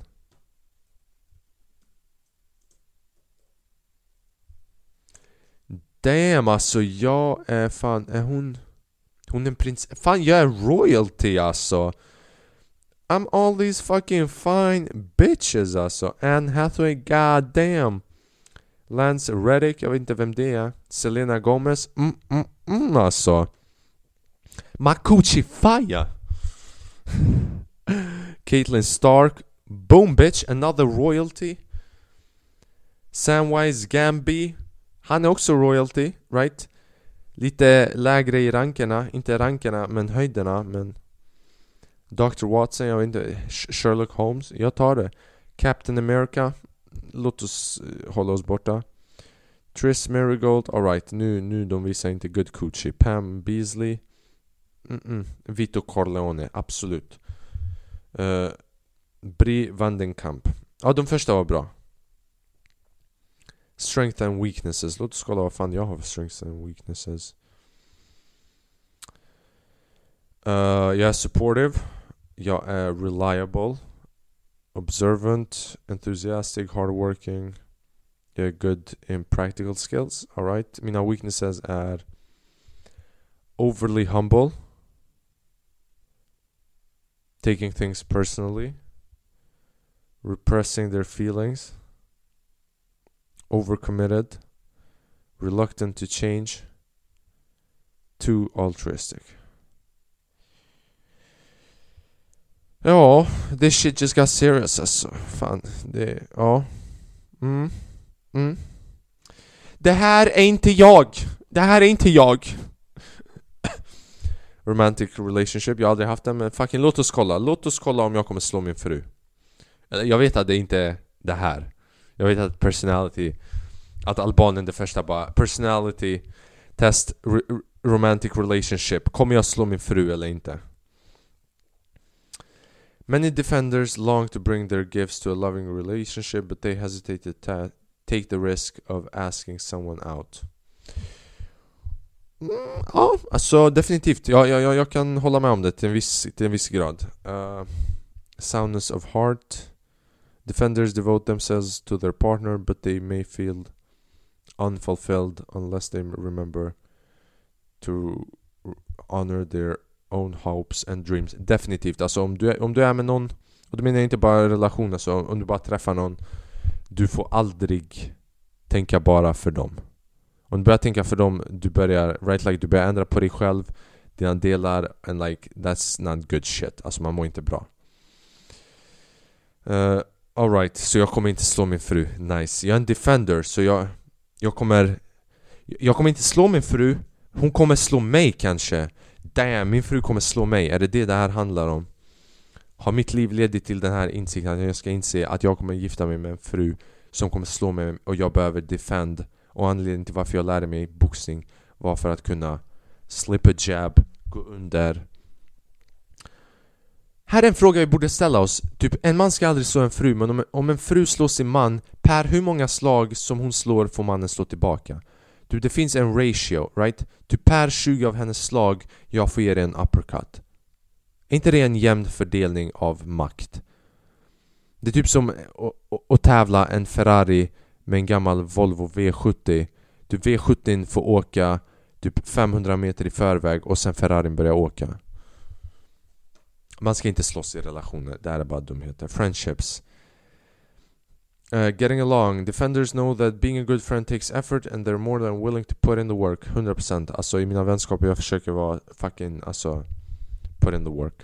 Damn, alltså jag är fan. Är hon är en prins. Fan, jag är royalty alltså. I'm all these fucking fine bitches alltså. Anne Hathaway, god damn. Lance Reddick, jag vet inte vem det är. Selena Gomez, alltså. Makuchi Faya. Caitlyn Stark, boom bitch, another royalty. Samwise Gamgee, han är också royalty, right? Lite lägre i rankerna, inte rankerna men höjderna, men Dr. Watson, jag vet inte, Sherlock Holmes, jag tar det. Captain America, låt oss hålla oss borta. Triss Merigold, alright, nu de visar inte good coochie. Pam Beasley, Vito Corleone, absolut. Brie Vandenkamp. Ja, de första var bra. Strength and weaknesses. Låt oss kolla vad fan jag har för strengths and weaknesses. Jag är supportive. Jag är reliable, observant, enthusiastic, hardworking. Jag är good in practical skills. All right. Mina weaknesses är overly humble, taking things personally, repressing their feelings, overcommitted, reluctant to change, too altruistic. Ja, this shit just got serious alltså. Fan, det, ja. Det här är inte jag. Romantic relationship, jag har aldrig haft det, men fucking låt oss kolla om jag kommer slå min fru. Jag vet att det inte är det här. Jag vet att personality, att Albanien det första bara personality test, romantic relationship. Kommer jag slå min fru eller inte? Many defenders long to bring their gifts to a loving relationship, but they hesitate to take the risk of asking someone out. Ja, alltså definitivt. Jag kan hålla med om det till en viss grad. Soundness of heart. Defenders devote themselves to their partner, but they may feel unfulfilled unless they remember to honor their own hopes and dreams. Definitivt. Alltså om du är med någon, och då menar jag inte bara relationer, alltså om du bara träffar någon, du får aldrig tänka bara för dem. Om du börjar tänka för dem, du börjar ändra på dig själv, dina delar, and like that's not good shit. Alltså man mår inte bra. Alright, så jag kommer inte slå min fru. Nice. Jag är en defender, så jag kommer inte slå min fru. Hon kommer slå mig kanske. Damn, min fru kommer slå mig. Är det här handlar om? Har mitt liv ledit till den här insikten att jag ska inse att jag kommer gifta mig med en fru som kommer slå mig och jag behöver defend? Och anledningen till varför jag lärde mig boxning var för att kunna slip a jab, gå under. Här är en fråga vi borde ställa oss. Typ, en man ska aldrig slå en fru, men om en fru slår sin man, per hur många slag som hon slår får mannen slå tillbaka. Typ, det finns en ratio, right? Typ per 20 av hennes slag, jag får ge dig en uppercut. Är inte det en jämn fördelning av makt? Det är typ som att tävla en Ferrari med en gammal Volvo V70. Typ V70 får åka typ 500 meter i förväg och sen Ferrarin börjar åka. Man ska inte slåss i relationer. Det här är bara dumheter. Friendships. Getting along. Defenders know that being a good friend takes effort and they're more than willing to put in the work. 100%. Alltså i mina vänskaper jag försöker vara fucking, alltså, put in the work.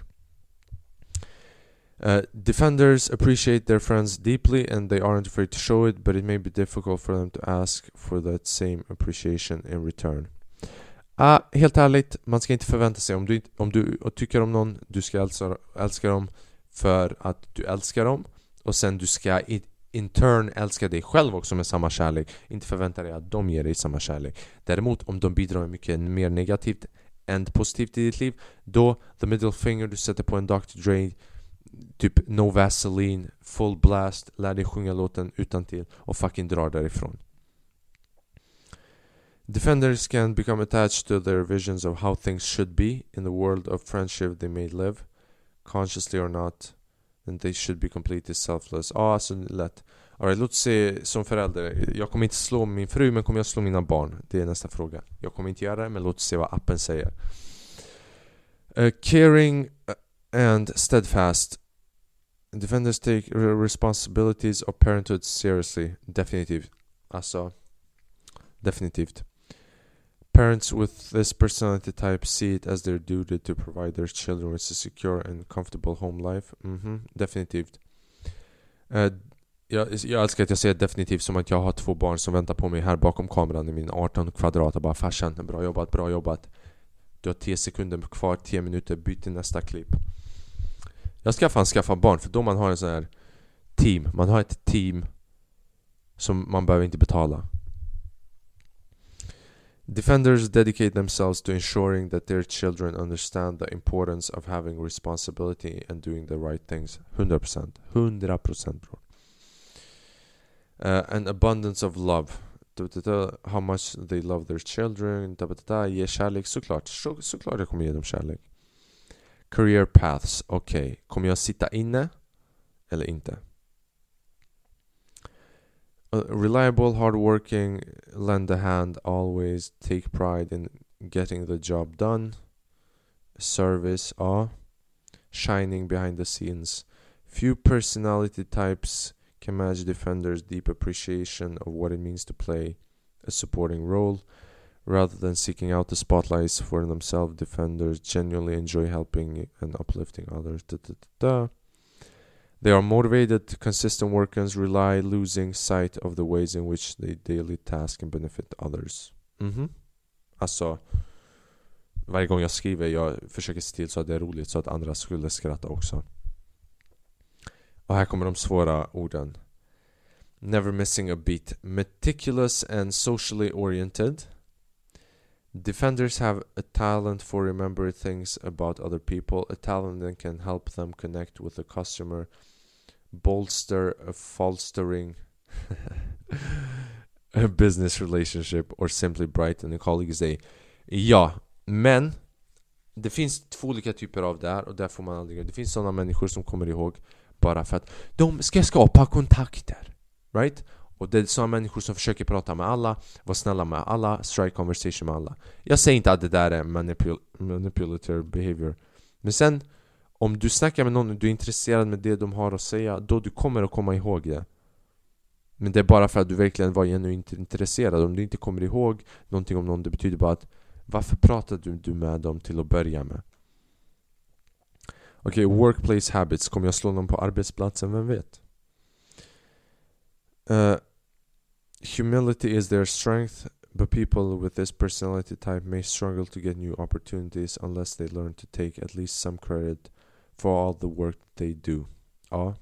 Defenders appreciate their friends deeply and they aren't afraid to show it, but it may be difficult for them to ask for that same appreciation in return. Helt ärligt, man ska inte förvänta sig, om du tycker om någon, du ska älska dem för att du älskar dem, och sen du ska in turn älska dig själv också med samma kärlek. Inte förvänta dig att de ger dig samma kärlek. Däremot om de bidrar med mycket mer negativt än positivt i ditt liv, då the middle finger, du sätter på en Dr. Dre, typ No Vaseline, full blast, lär dig sjunga låten utantill och fucking drar därifrån. Defenders can become attached to their visions of how things should be in the world of friendship they may live, consciously or not, and they should be completely selfless. Alltså lätt. Alright, låt se som förälder. Jag kommer inte slå min fru, men kommer jag slå mina barn? Det är nästa fråga. Jag kommer inte göra det, men låt se vad appen säger. Caring and steadfast. Defenders take responsibilities of parenthood seriously. Definitivt. Alltså, definitivt. Parents with this personality type see it as their duty to provide their children with a secure and comfortable home life. Definitivt. Jag älskar att jag säger definitivt som att jag har 2 barn som väntar på mig här bakom kameran i min 18 kvadrat och bara farsan, bra jobbat. Du har 10 sekunder kvar, 10 minuter, byt till nästa klipp. Jag ska skaffa barn, för då man har en sån här team. Man har ett team som man behöver inte betala. Defenders dedicate themselves to ensuring that their children understand the importance of having responsibility and doing the right things. 100% bro. An abundance of love. How much they love their children. Ge kärlek, såklart jag kommer ge dem kärlek. Career paths. Okej. Kommer jag sitta inne eller inte? Reliable, hardworking, lend a hand, always take pride in getting the job done. Service, shining behind the scenes. Few personality types can match defenders' deep appreciation of what it means to play a supporting role. Rather than seeking out the spotlights for themselves, defenders genuinely enjoy helping and uplifting others. They are motivated, consistent workers, rely losing sight of the ways in which they daily task can benefit others. Alltså, varje gång jag skriver, jag försöker se till så att det är roligt så att andra skulle skratta också. Och här kommer de svåra orden. Never missing a beat. Meticulous and socially oriented. Defenders have a talent for remembering things about other people. A talent that can help them connect with the customer. Bolster a fostering a business relationship or simply brighten a colleague's day. Ja, men det finns två olika typer av det här, och där får man aldrig. Det finns sådana människor som kommer ihåg bara för att de ska skapa kontakter, right? Och det är sådana människor som försöker prata med alla, vara snälla med alla, strike conversation med alla. Jag säger inte att det där är manipulative behavior, men sen om du snackar med någon och du är intresserad med det de har att säga, då du kommer att komma ihåg det. Men det är bara för att du verkligen var genuint intresserad. Om du inte kommer ihåg någonting om någon, det betyder bara att varför pratade du med dem till att börja med? Okej, workplace habits. Kommer jag slå någon på arbetsplatsen? Vem vet? Humility is their strength, but people with this personality type may struggle to get new opportunities unless they learn to take at least some credit for all the work they do. Ja.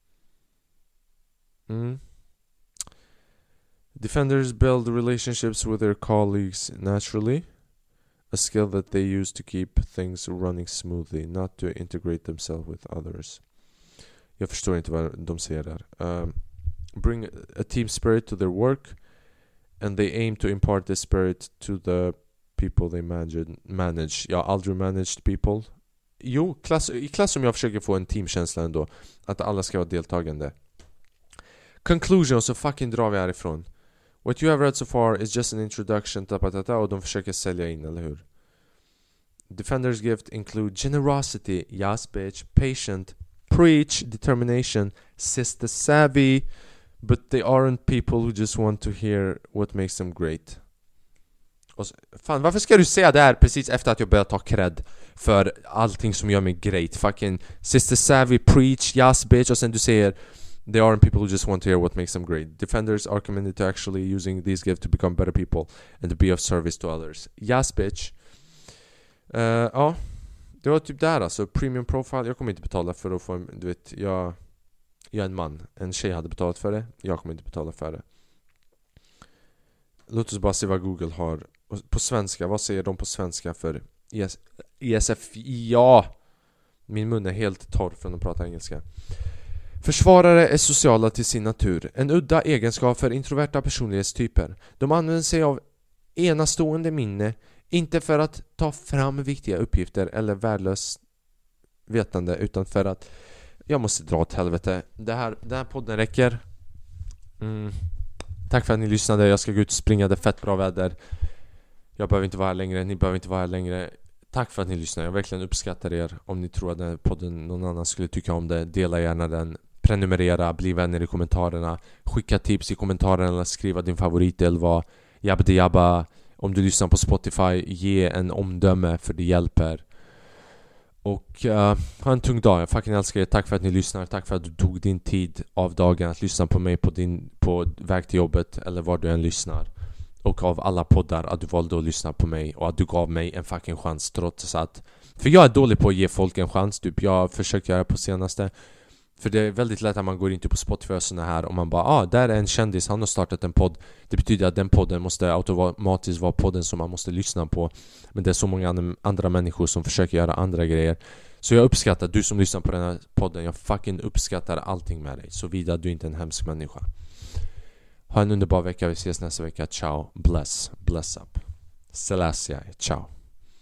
Defenders build relationships with their colleagues naturally, a skill that they use to keep things running smoothly, not to integrate themselves with others. Jag förstår inte vad de säger där. Bring a team spirit to their work, and they aim to impart this spirit to the people they manage. Jag har aldrig managed people. Jo, i klass som jag försöker få en teamkänsla ändå, att alla ska vara deltagande. Conclusion, så fucking drar vi härifrån. What you have read so far is just an introduction, och de försöker sälja in, eller hur? Defenders gift include generosity, yes bitch, patient, preach, determination, sister savvy, but they aren't people who just want to hear what makes them great. Och fan, varför ska du säga det här precis efter att jag börjat ta cred för allting som gör mig great? Fucking sister savvy, preach, yes bitch, och sen du säger they aren't people who just want to hear what makes them great. Defenders are committed to actually using these gifts to become better people and to be of service to others. Yes bitch. Ja, det var typ där alltså. Premium profile, jag kommer inte betala för att få en, du vet, jag är en man. En tjej hade betalat för det, jag kommer inte betala för det. Låt oss bara se vad Google har på svenska. Vad säger de på svenska för ESF? Ja, min mun är helt torr från att prata engelska. Försvarare är sociala till sin natur. En udda egenskap för introverta personlighetstyper. De använder sig av enastående minne, inte för att ta fram viktiga uppgifter eller värdelöst vetande, utan för att jag måste dra åt helvete. Den här podden räcker. Tack för att ni lyssnade. Jag ska gå ut och springa, det är fett bra väder. Jag behöver inte vara här längre, ni behöver inte vara här längre. Tack för att ni lyssnar, jag verkligen uppskattar er. Om ni tror att den här podden någon annan skulle tycka om det, dela gärna den. Prenumerera, bli vänner i kommentarerna. Skicka tips i kommentarerna eller skriva din favorit eller vad. Jabba. Om du lyssnar på Spotify, ge en omdöme, för det hjälper. Och ha en tung dag. Jag fucking älskar er. Tack för att ni lyssnar. Tack för att du tog din tid av dagen att lyssna på mig på väg till jobbet eller var du än lyssnar. Och av alla poddar att du valde att lyssna på mig och att du gav mig en fucking chans trots att... För jag är dålig på att ge folk en chans typ. Jag har försökt göra det på senaste. För det är väldigt lätt att man går in på Spotify och såna här och man bara, där är en kändis, han har startat en podd. Det betyder att den podden måste automatiskt vara podden som man måste lyssna på. Men det är så många andra människor som försöker göra andra grejer. Så jag uppskattar, du som lyssnar på den här podden, jag fucking uppskattar allting med dig. Så vidare du är inte en hemsk människa. Ha en underbar vecka, vi ses nästa vecka. Ciao, bless up. Selassie, ciao.